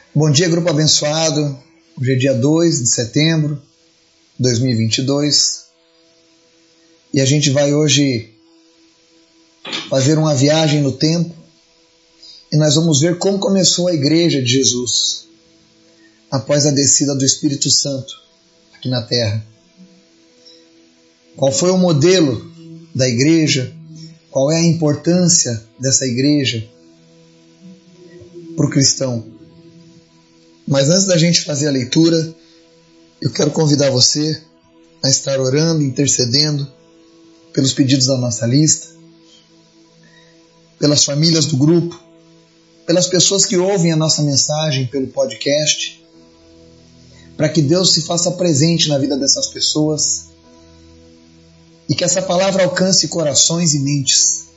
Bom dia, grupo abençoado. Hoje é dia 2 de setembro de 2022 e a gente vai hoje fazer uma viagem no tempo e nós vamos ver como começou a igreja de Jesus após a descida do Espírito Santo aqui na terra. Qual foi o modelo da igreja? Qual é a importância dessa igreja para o cristão? Mas antes da gente fazer a leitura, eu quero convidar você a estar orando, intercedendo pelos pedidos da nossa lista, pelas famílias do grupo, pelas pessoas que ouvem a nossa mensagem pelo podcast, para que Deus se faça presente na vida dessas pessoas e que essa palavra alcance corações e mentes.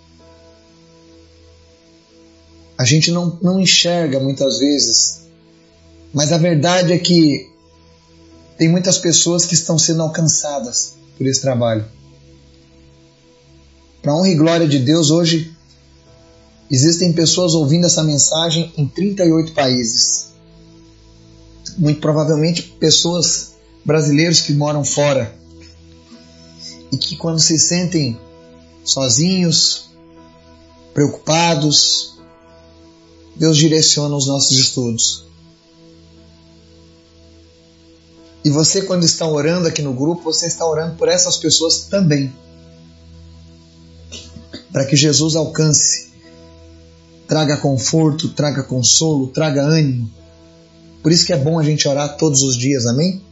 A gente não enxerga muitas vezes, mas a verdade é que tem muitas pessoas que estão sendo alcançadas por esse trabalho. Para a honra e glória de Deus, hoje existem pessoas ouvindo essa mensagem em 38 países. Muito provavelmente pessoas brasileiros que moram fora e que quando se sentem sozinhos, preocupados, Deus direciona os nossos estudos. E você, quando está orando aqui no grupo, você está orando por essas pessoas também. Para que Jesus alcance, traga conforto, traga consolo, traga ânimo. Por isso que é bom a gente orar todos os dias, amém?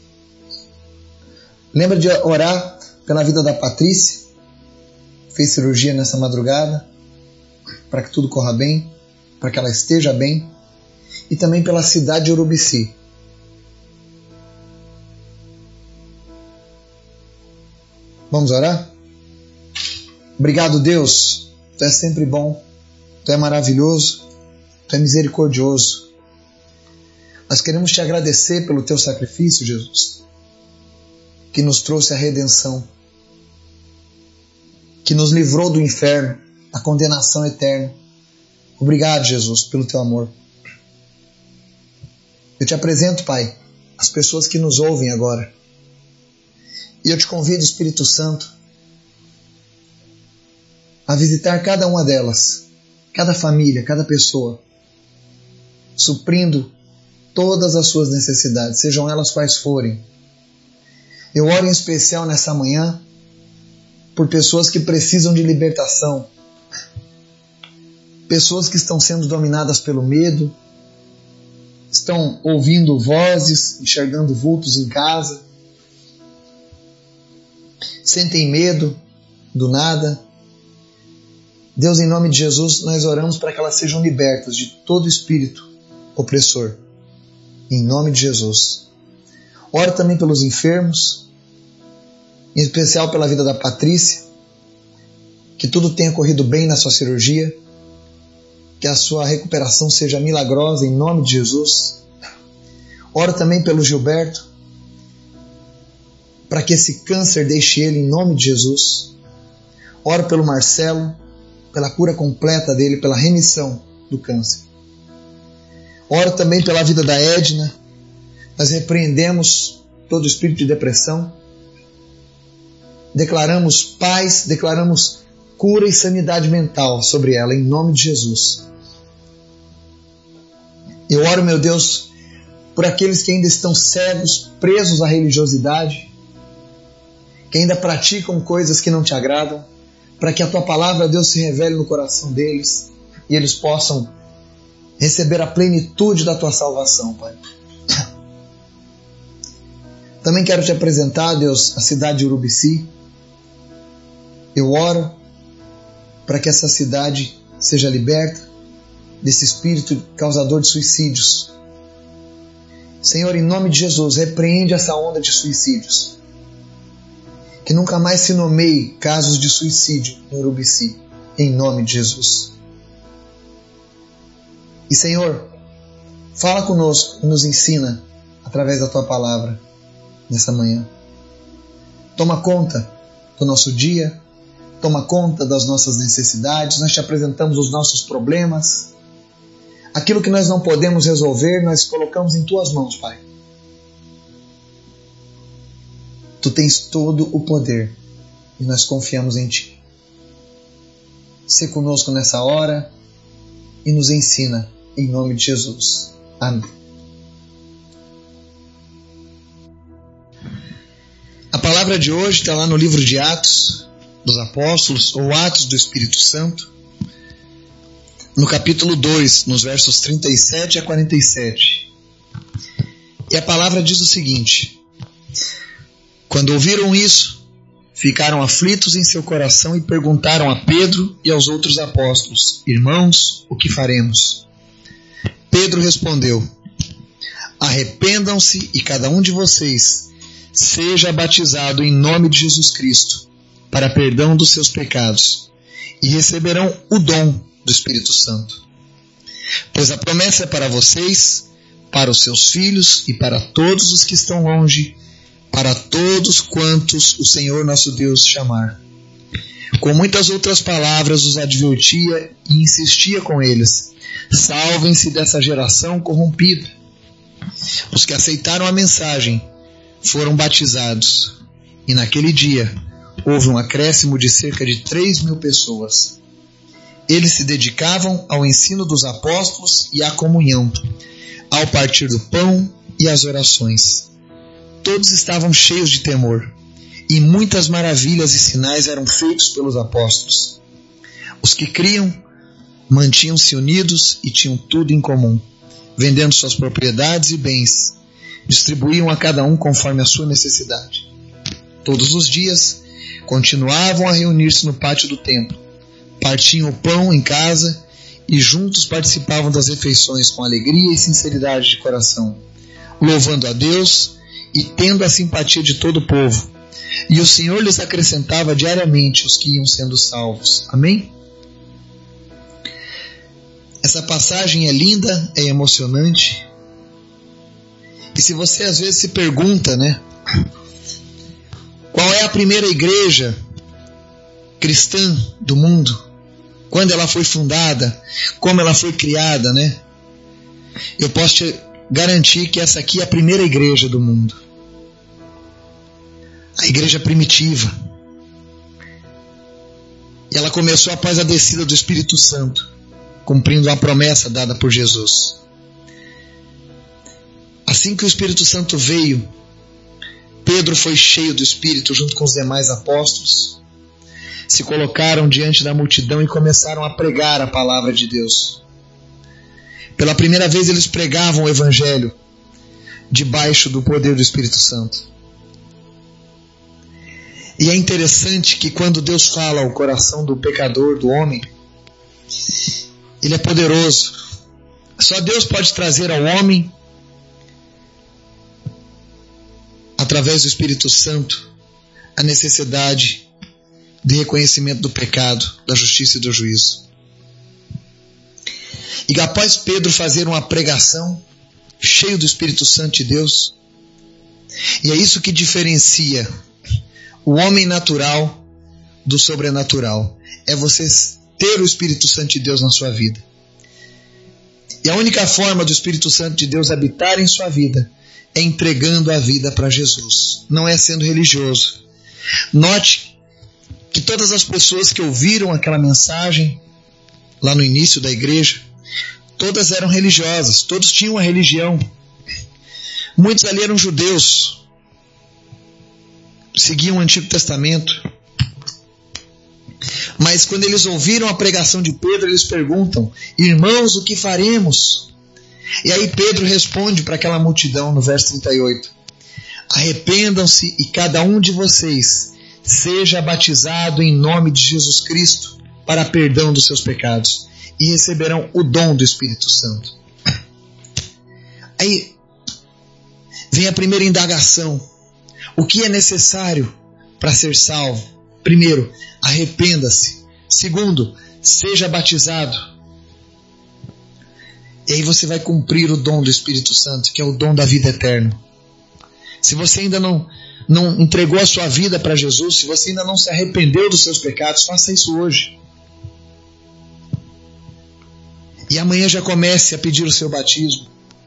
Lembra de orar pela vida da Patrícia? Fez cirurgia nessa madrugada, para que tudo corra bem, para que ela esteja bem. E também pela cidade de Urubici. Vamos orar? Obrigado, Deus. Tu és sempre bom. Tu é maravilhoso. Tu é misericordioso. Nós queremos te agradecer pelo teu sacrifício, Jesus, que nos trouxe a redenção, que nos livrou do inferno, da condenação eterna. Obrigado, Jesus, pelo teu amor. Eu te apresento, Pai, as pessoas que nos ouvem agora. E eu te convido, Espírito Santo, a visitar cada uma delas, cada família, cada pessoa, suprindo todas as suas necessidades, sejam elas quais forem. Eu oro em especial nessa manhã por pessoas que precisam de libertação, pessoas que estão sendo dominadas pelo medo, estão ouvindo vozes, enxergando vultos em casa, sentem medo do nada. Deus, em nome de Jesus, nós oramos para que elas sejam libertas de todo espírito opressor. Em nome de Jesus. Oro também pelos enfermos, em especial pela vida da Patrícia, que tudo tenha corrido bem na sua cirurgia, que a sua recuperação seja milagrosa, em nome de Jesus. Oro também pelo Gilberto, para que esse câncer deixe ele, em nome de Jesus. Oro pelo Marcelo, pela cura completa dele, pela remissão do câncer. Oro também pela vida da Edna. Nós repreendemos todo espírito de depressão. Declaramos paz, declaramos cura e sanidade mental sobre ela, em nome de Jesus. Eu oro, meu Deus, por aqueles que ainda estão cegos, presos à religiosidade, que ainda praticam coisas que não te agradam, para que a tua palavra, Deus, se revele no coração deles e eles possam receber a plenitude da tua salvação, Pai. Também quero te apresentar, Deus, a cidade de Urubici. Eu oro para que essa cidade seja liberta desse espírito causador de suicídios. Senhor, em nome de Jesus, repreende essa onda de suicídios. Que nunca mais se nomeie casos de suicídio em Urubici, em nome de Jesus. E Senhor, fala conosco e nos ensina através da Tua palavra nessa manhã. Toma conta do nosso dia, toma conta das nossas necessidades, nós te apresentamos os nossos problemas, Aquilo que nós não podemos resolver, nós colocamos em Tuas mãos, Pai. Tu tens todo o poder e nós confiamos em Ti. Sê conosco nessa hora e nos ensina, em nome de Jesus. Amém. A palavra de hoje está lá no livro de Atos dos Apóstolos, ou Atos do Espírito Santo, no capítulo 2, nos versos 37 a 47. E a palavra diz o seguinte: quando ouviram isso, ficaram aflitos em seu coração e perguntaram a Pedro e aos outros apóstolos: irmãos, o que faremos? Pedro respondeu: arrependam-se e cada um de vocês seja batizado em nome de Jesus Cristo, para perdão dos seus pecados, e receberão o dom do Espírito Santo. Pois a promessa é para vocês, para os seus filhos e para todos os que estão longe, para todos quantos o Senhor nosso Deus chamar. Com muitas outras palavras os advertia e insistia com eles: salvem-se dessa geração corrompida. Os que aceitaram a mensagem foram batizados, e naquele dia houve um acréscimo de cerca de 3.000 pessoas. Eles se dedicavam ao ensino dos apóstolos e à comunhão, ao partir do pão e às orações. Todos estavam cheios de temor, e muitas maravilhas e sinais eram feitos pelos apóstolos. Os que criam mantinham-se unidos e tinham tudo em comum, vendendo suas propriedades e bens, distribuíam a cada um conforme a sua necessidade. Todos os dias continuavam a reunir-se no pátio do templo, partiam o pão em casa e juntos participavam das refeições com alegria e sinceridade de coração, louvando a Deus e tendo a simpatia de todo o povo. E o Senhor lhes acrescentava diariamente os que iam sendo salvos. Amém? Essa passagem é linda, é emocionante. E se você às vezes se pergunta, qual é a primeira igreja cristã do mundo? Quando ela foi fundada? Como ela foi criada, Eu posso te garantir que essa aqui é a primeira igreja do mundo. A igreja primitiva. E ela começou após a descida do Espírito Santo, cumprindo a promessa dada por Jesus. Assim que o Espírito Santo veio, Pedro foi cheio do Espírito junto com os demais apóstolos. Se colocaram diante da multidão e começaram a pregar a palavra de Deus. Pela primeira vez eles pregavam o Evangelho debaixo do poder do Espírito Santo. E é interessante que quando Deus fala ao coração do pecador, do homem, Ele é poderoso. Só Deus pode trazer ao homem, através do Espírito Santo, a necessidade de reconhecimento do pecado, da justiça e do juízo. E após Pedro fazer uma pregação, cheio do Espírito Santo de Deus, e é isso que diferencia o homem natural do sobrenatural, é você ter o Espírito Santo de Deus na sua vida. E a única forma do Espírito Santo de Deus habitar em sua vida é entregando a vida para Jesus, não é sendo religioso. Note que todas as pessoas que ouviram aquela mensagem lá no início da igreja, todas eram religiosas, todos tinham uma religião. Muitos ali eram judeus, seguiam o Antigo Testamento. Mas quando eles ouviram a pregação de Pedro, eles perguntam: irmãos, o que faremos? E aí Pedro responde para aquela multidão no verso 38: arrependam-se e cada um de vocês seja batizado em nome de Jesus Cristo para perdão dos seus pecados, e receberão o dom do Espírito Santo. Aí vem a primeira indagação: o que é necessário para ser salvo? Primeiro, arrependa-se. Segundo, seja batizado. E aí você vai cumprir o dom do Espírito Santo, que é o dom da vida eterna. Se você ainda não entregou a sua vida para Jesus, se você ainda não se arrependeu dos seus pecados, faça isso hoje. E amanhã já comece a pedir o seu batismo.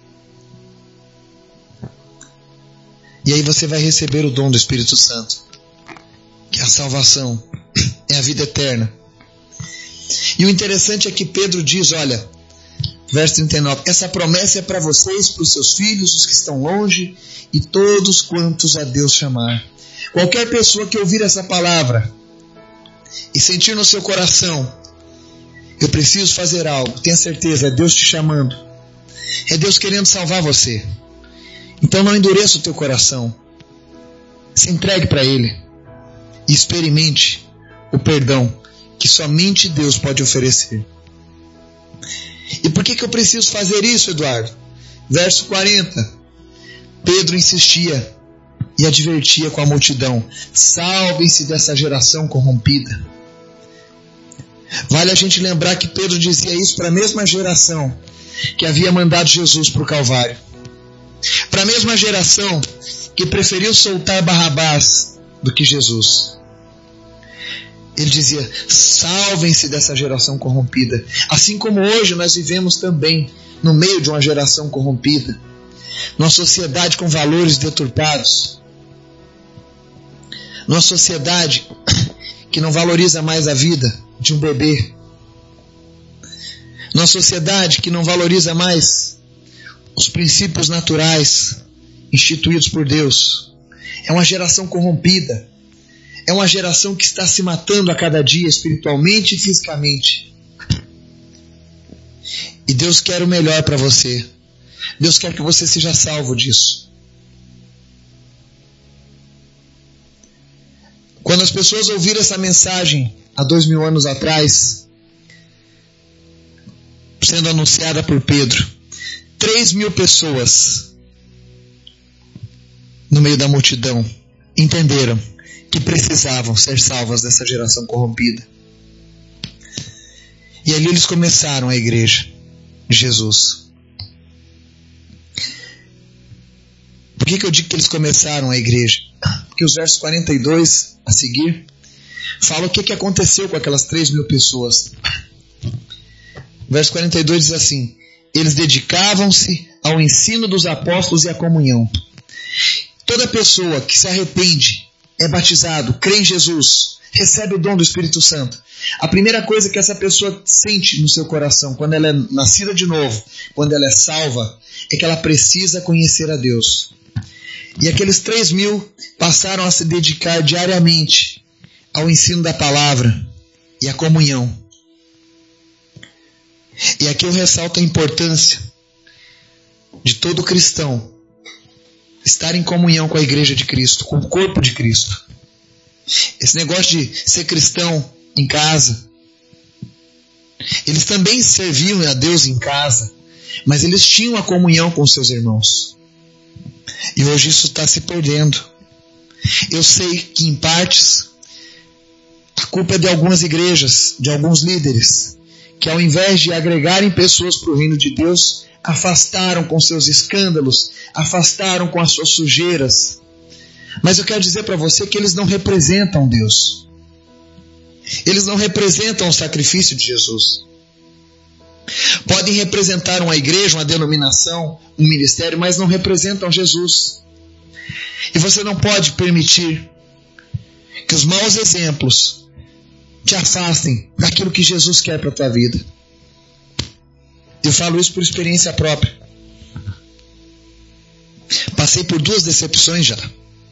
E aí você vai receber o dom do Espírito Santo, que é a salvação, é a vida eterna. E o interessante é que Pedro diz, olha, verso 39, essa promessa é para vocês, para os seus filhos, os que estão longe, e todos quantos a Deus chamar. Qualquer pessoa que ouvir essa palavra e sentir no seu coração, eu preciso fazer algo, tenha certeza, é Deus te chamando, é Deus querendo salvar você. Então não endureça o teu coração, se entregue para Ele e experimente o perdão que somente Deus pode oferecer. E por que eu preciso fazer isso, Eduardo? Verso 40, Pedro insistia e advertia com a multidão, salvem-se dessa geração corrompida. Vale a gente lembrar que Pedro dizia isso para a mesma geração que havia mandado Jesus para o Calvário. Para a mesma geração que preferiu soltar Barrabás do que Jesus. Ele dizia, salvem-se dessa geração corrompida. Assim como hoje nós vivemos também no meio de uma geração corrompida. Numa sociedade com valores deturpados. Numa sociedade que não valoriza mais a vida de um bebê. Numa sociedade que não valoriza mais os princípios naturais instituídos por Deus. É uma geração corrompida. É uma geração que está se matando a cada dia, espiritualmente e fisicamente. E Deus quer o melhor para você. Deus quer que você seja salvo disso. Quando as pessoas ouviram essa mensagem há 2000 anos atrás, sendo anunciada por Pedro, 3.000 pessoas no meio da multidão entenderam que precisavam ser salvas dessa geração corrompida. E ali eles começaram a igreja de Jesus. Por que eu digo que eles começaram a igreja? Porque os versos 42 a seguir falam o que aconteceu com aquelas 3.000 pessoas. O verso 42 diz assim, eles dedicavam-se ao ensino dos apóstolos e à comunhão. Toda pessoa que se arrepende, é batizado, crê em Jesus, recebe o dom do Espírito Santo. A primeira coisa que essa pessoa sente no seu coração, quando ela é nascida de novo, quando ela é salva, é que ela precisa conhecer a Deus. E aqueles 3.000 passaram a se dedicar diariamente ao ensino da palavra e à comunhão. E aqui eu ressalto a importância de todo cristão estar em comunhão com a igreja de Cristo, com o corpo de Cristo. Esse negócio de ser cristão em casa. Eles também serviam a Deus em casa, mas eles tinham a comunhão com os seus irmãos. E hoje isso está se perdendo. Eu sei que em partes a culpa é de algumas igrejas, de alguns líderes, que ao invés de agregarem pessoas para o reino de Deus, afastaram com seus escândalos, afastaram com as suas sujeiras. Mas eu quero dizer para você que eles não representam Deus. Eles não representam o sacrifício de Jesus. Podem representar uma igreja, uma denominação, um ministério, mas não representam Jesus. E você não pode permitir que os maus exemplos te afastem daquilo que Jesus quer para a tua vida. Eu falo isso por experiência própria. Passei por 2 decepções já.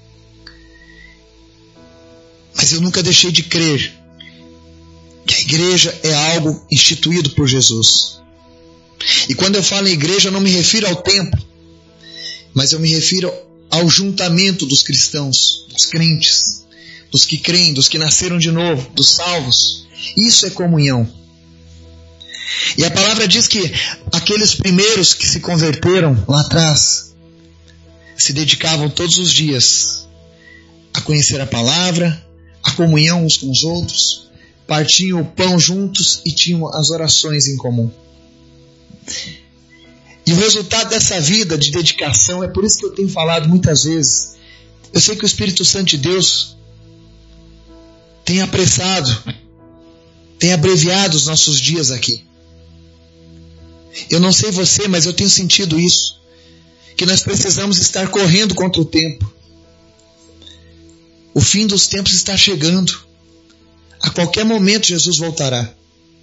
Mas eu nunca deixei de crer que a igreja é algo instituído por Jesus. E quando eu falo em igreja, eu não me refiro ao templo, mas eu me refiro ao juntamento dos cristãos, dos crentes, dos que creem, dos que nasceram de novo, dos salvos. Isso é comunhão. E a palavra diz que aqueles primeiros que se converteram lá atrás se dedicavam todos os dias a conhecer a palavra, a comunhão uns com os outros, partiam o pão juntos e tinham as orações em comum. E o resultado dessa vida de dedicação, é por isso que eu tenho falado muitas vezes, eu sei que o Espírito Santo de Deus tem apressado, tem abreviado os nossos dias aqui. Eu não sei você, mas eu tenho sentido isso. Que nós precisamos estar correndo contra o tempo. O fim dos tempos está chegando. A qualquer momento Jesus voltará.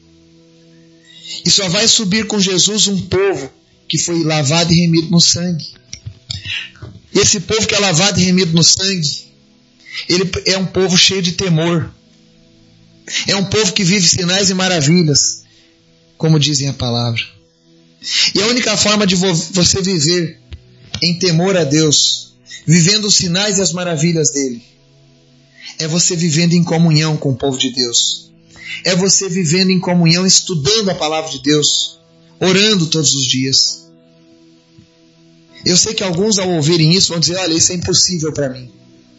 E só vai subir com Jesus um povo que foi lavado e remido no sangue. Esse povo que é lavado e remido no sangue, ele é um povo cheio de temor. É um povo que vive sinais e maravilhas, como dizem a palavra. E a única forma de você viver em temor a Deus, vivendo os sinais e as maravilhas dele, é você vivendo em comunhão com o povo de Deus. É você vivendo em comunhão, estudando a palavra de Deus, orando todos os dias. Eu sei que alguns, ao ouvirem isso, vão dizer: olha, isso é impossível para mim.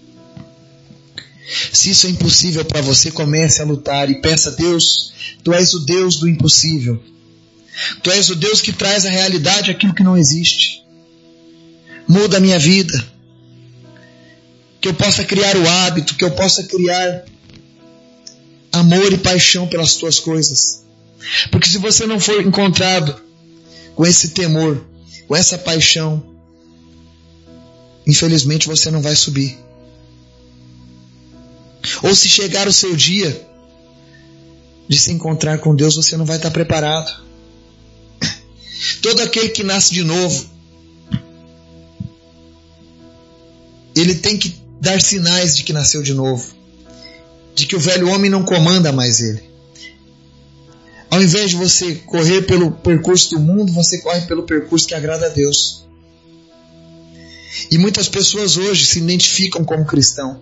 Se isso é impossível para você, comece a lutar e peça a Deus: Tu és o Deus do impossível. Tu és o Deus que traz à realidade aquilo que não existe. Muda a minha vida. Que eu possa criar o hábito, que eu possa criar amor e paixão pelas tuas coisas. Porque se você não for encontrado com esse temor, com essa paixão, infelizmente você não vai subir. Ou se chegar o seu dia de se encontrar com Deus, você não vai estar preparado. Todo aquele que nasce de novo, ele tem que dar sinais de que nasceu de novo, de que o velho homem não comanda mais ele. Ao invés de você correr pelo percurso do mundo, você corre pelo percurso que agrada a Deus. E muitas pessoas hoje se identificam como cristão.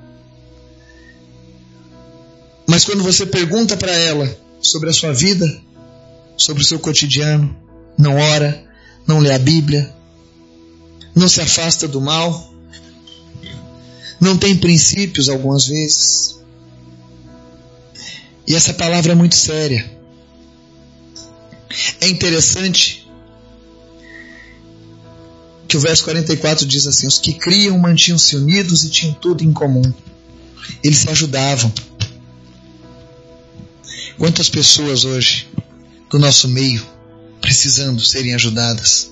Mas quando você pergunta para ela sobre a sua vida, sobre o seu cotidiano, não ora, não lê a Bíblia, não se afasta do mal, não tem princípios algumas vezes. E essa palavra é muito séria. É interessante que o verso 44 diz assim: os que criam mantinham-se unidos e tinham tudo em comum. Eles se ajudavam. Quantas pessoas hoje do nosso meio precisando serem ajudadas?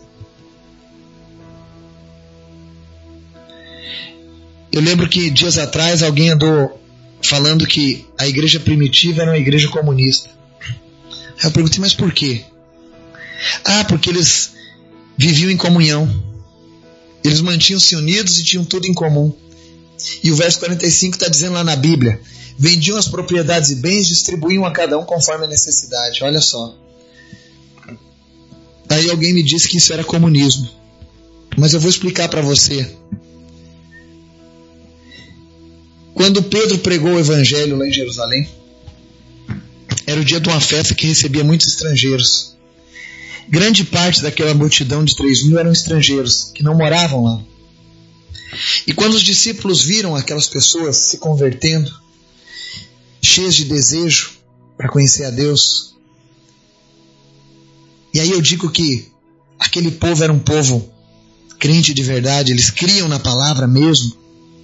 Eu lembro que dias atrás alguém andou falando que a igreja primitiva era uma igreja comunista. Aí eu perguntei: mas por quê? Porque eles viviam em comunhão. Eles mantinham-se unidos e tinham tudo em comum. E o verso 45 está dizendo lá na Bíblia: vendiam as propriedades e bens, distribuíam a cada um conforme a necessidade. Olha só. Aí alguém me disse que isso era comunismo. Mas eu vou explicar para você. Quando Pedro pregou o evangelho lá em Jerusalém, era o dia de uma festa que recebia muitos estrangeiros. Grande parte daquela multidão de 3.000 eram estrangeiros, que não moravam lá. E quando os discípulos viram aquelas pessoas se convertendo, cheias de desejo para conhecer a Deus, e aí eu digo que aquele povo era um povo crente de verdade, eles criam na palavra mesmo.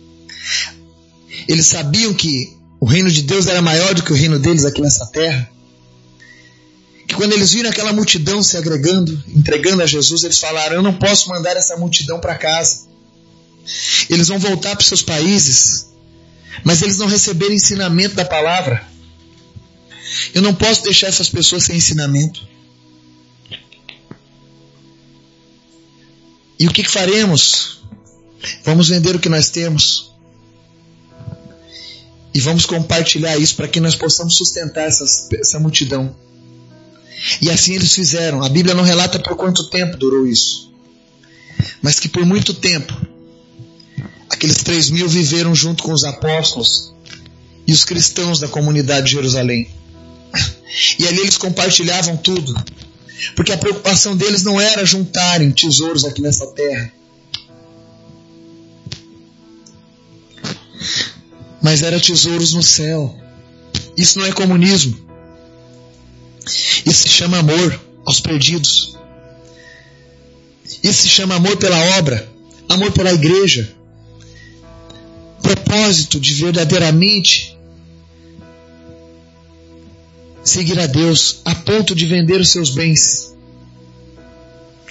Eles sabiam que o reino de Deus era maior do que o reino deles aqui nessa terra. Que quando eles viram aquela multidão se agregando, entregando a Jesus, eles falaram: eu não posso mandar essa multidão para casa. Eles vão voltar para os seus países, mas eles não receberam ensinamento da palavra. Eu não posso deixar essas pessoas sem ensinamento. E o que faremos? Vamos vender o que nós temos e vamos compartilhar isso para que nós possamos sustentar essa multidão. E assim eles fizeram. A Bíblia não relata por quanto tempo durou isso, mas que por muito tempo aqueles 3.000 viveram junto com os apóstolos e os cristãos da comunidade de Jerusalém. E ali eles compartilhavam tudo, porque a preocupação deles não era juntarem tesouros aqui nessa terra, mas era tesouros no céu. Isso não é comunismo. Isso se chama amor aos perdidos. Isso se chama amor pela obra, amor pela igreja. Propósito de verdadeiramente seguir a Deus a ponto de vender os seus bens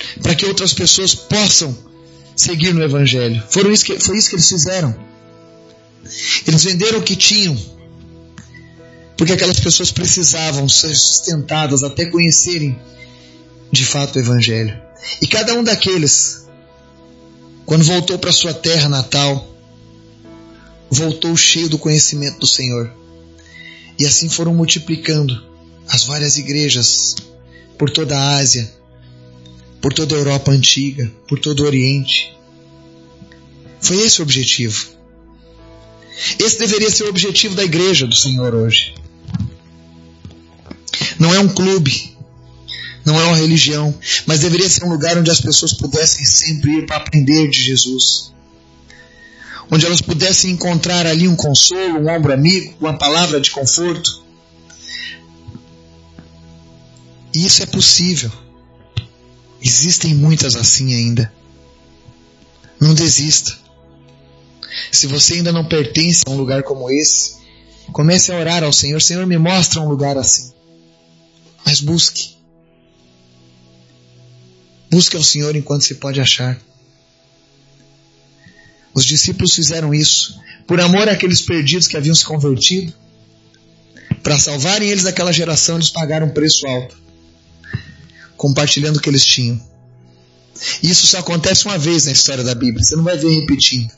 para que outras pessoas possam seguir no Evangelho. Foi isso que eles fizeram. Eles venderam o que tinham, porque aquelas pessoas precisavam ser sustentadas até conhecerem de fato o Evangelho. E cada um daqueles, quando voltou para sua terra natal, voltou cheio do conhecimento do Senhor. E assim foram multiplicando as várias igrejas por toda a Ásia, por toda a Europa antiga, por todo o Oriente. Foi esse o objetivo. Esse deveria ser o objetivo da igreja do Senhor hoje. Não é um clube, não é uma religião, mas deveria ser um lugar onde as pessoas pudessem sempre ir para aprender de Jesus. Onde elas pudessem encontrar ali um consolo, um ombro amigo, uma palavra de conforto. E isso é possível. Existem muitas assim ainda. Não desista. Se você ainda não pertence a um lugar como esse, comece a orar ao Senhor. Senhor, me mostra um lugar assim. Mas busque. Busque ao Senhor enquanto se pode achar. Os discípulos fizeram isso por amor àqueles perdidos que haviam se convertido. Para salvarem eles daquela geração, eles pagaram um preço alto, compartilhando o que eles tinham. E isso só acontece uma vez na história da Bíblia. Você não vai ver repetindo.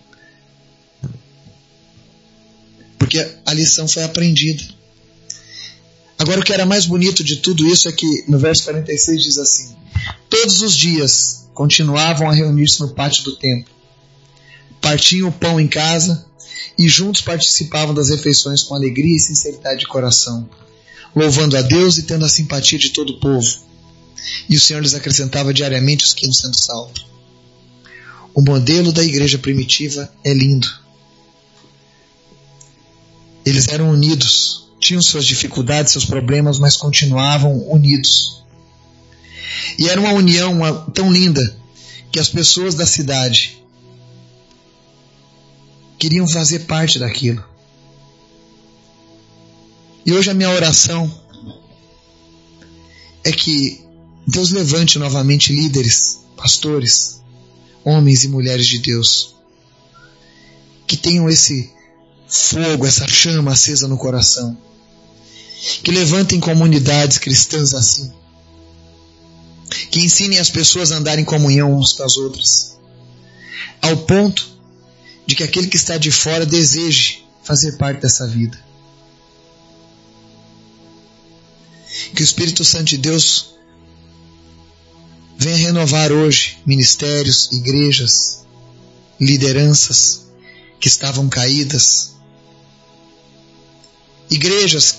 Porque a lição foi aprendida. Agora, o que era mais bonito de tudo isso é que no verso 46 diz assim: todos os dias continuavam a reunir-se no pátio do templo, partiam o pão em casa e juntos participavam das refeições com alegria e sinceridade de coração, louvando a Deus e tendo a simpatia de todo o povo. E o Senhor lhes acrescentava diariamente os que iam sendo salvos. O modelo da igreja primitiva é lindo. Eles eram unidos, tinham suas dificuldades, seus problemas, mas continuavam unidos. E era uma união tão linda que as pessoas da cidade queriam fazer parte daquilo. E hoje a minha oração é que Deus levante novamente líderes, pastores, homens e mulheres de Deus, que tenham esse fogo, essa chama acesa no coração, que levantem comunidades cristãs assim, que ensinem as pessoas a andar em comunhão uns com as outras, ao ponto de que aquele que está de fora deseje fazer parte dessa vida. Que o Espírito Santo de Deus venha renovar hoje ministérios, igrejas, lideranças que estavam caídas, igrejas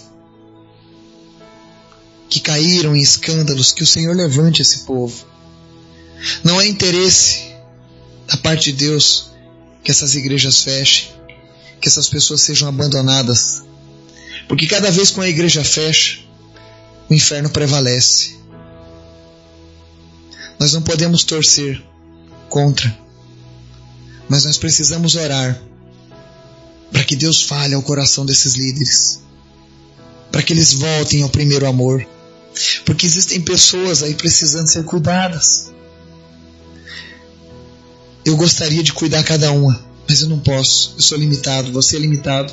que caíram em escândalos. Que o Senhor levante esse povo. Não é interesse da parte de Deus que essas igrejas fechem, que essas pessoas sejam abandonadas, porque cada vez que uma igreja fecha, o inferno prevalece. Nós não podemos torcer contra, mas nós precisamos orar para que Deus fale ao coração desses líderes, para que eles voltem ao primeiro amor, porque existem pessoas aí precisando ser cuidadas. Eu gostaria de cuidar cada uma, mas eu não posso, eu sou limitado, você é limitado.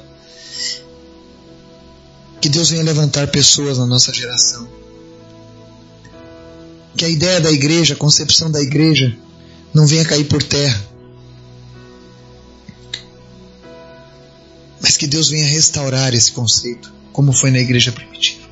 Que Deus venha levantar pessoas na nossa geração, que a ideia da igreja, a concepção da igreja não venha cair por terra, mas que Deus venha restaurar esse conceito, como foi na igreja primitiva.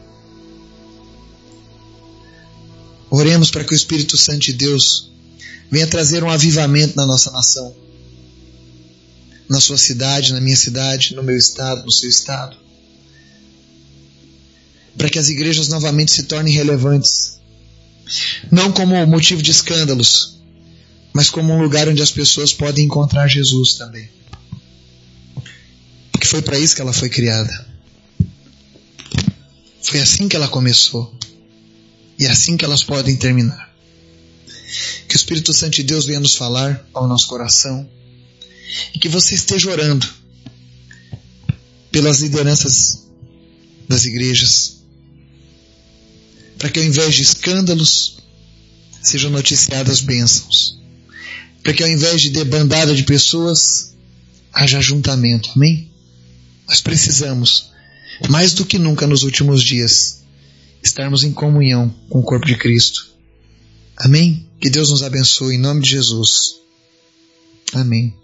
Oremos para que o Espírito Santo de Deus venha trazer um avivamento na nossa nação, na sua cidade, na minha cidade, no meu estado, no seu estado, para que as igrejas novamente se tornem relevantes, não como motivo de escândalos, mas como um lugar onde as pessoas podem encontrar Jesus também, porque foi para isso que ela foi criada. Foi assim que ela começou, e é assim que elas podem terminar. Que o Espírito Santo de Deus venha nos falar ao nosso coração, e que você esteja orando pelas lideranças das igrejas, para que ao invés de escândalos, sejam noticiadas bênçãos. Para que ao invés de debandada de pessoas, haja ajuntamento. Amém? Nós precisamos, mais do que nunca nos últimos dias, estarmos em comunhão com o corpo de Cristo. Amém? Que Deus nos abençoe em nome de Jesus. Amém.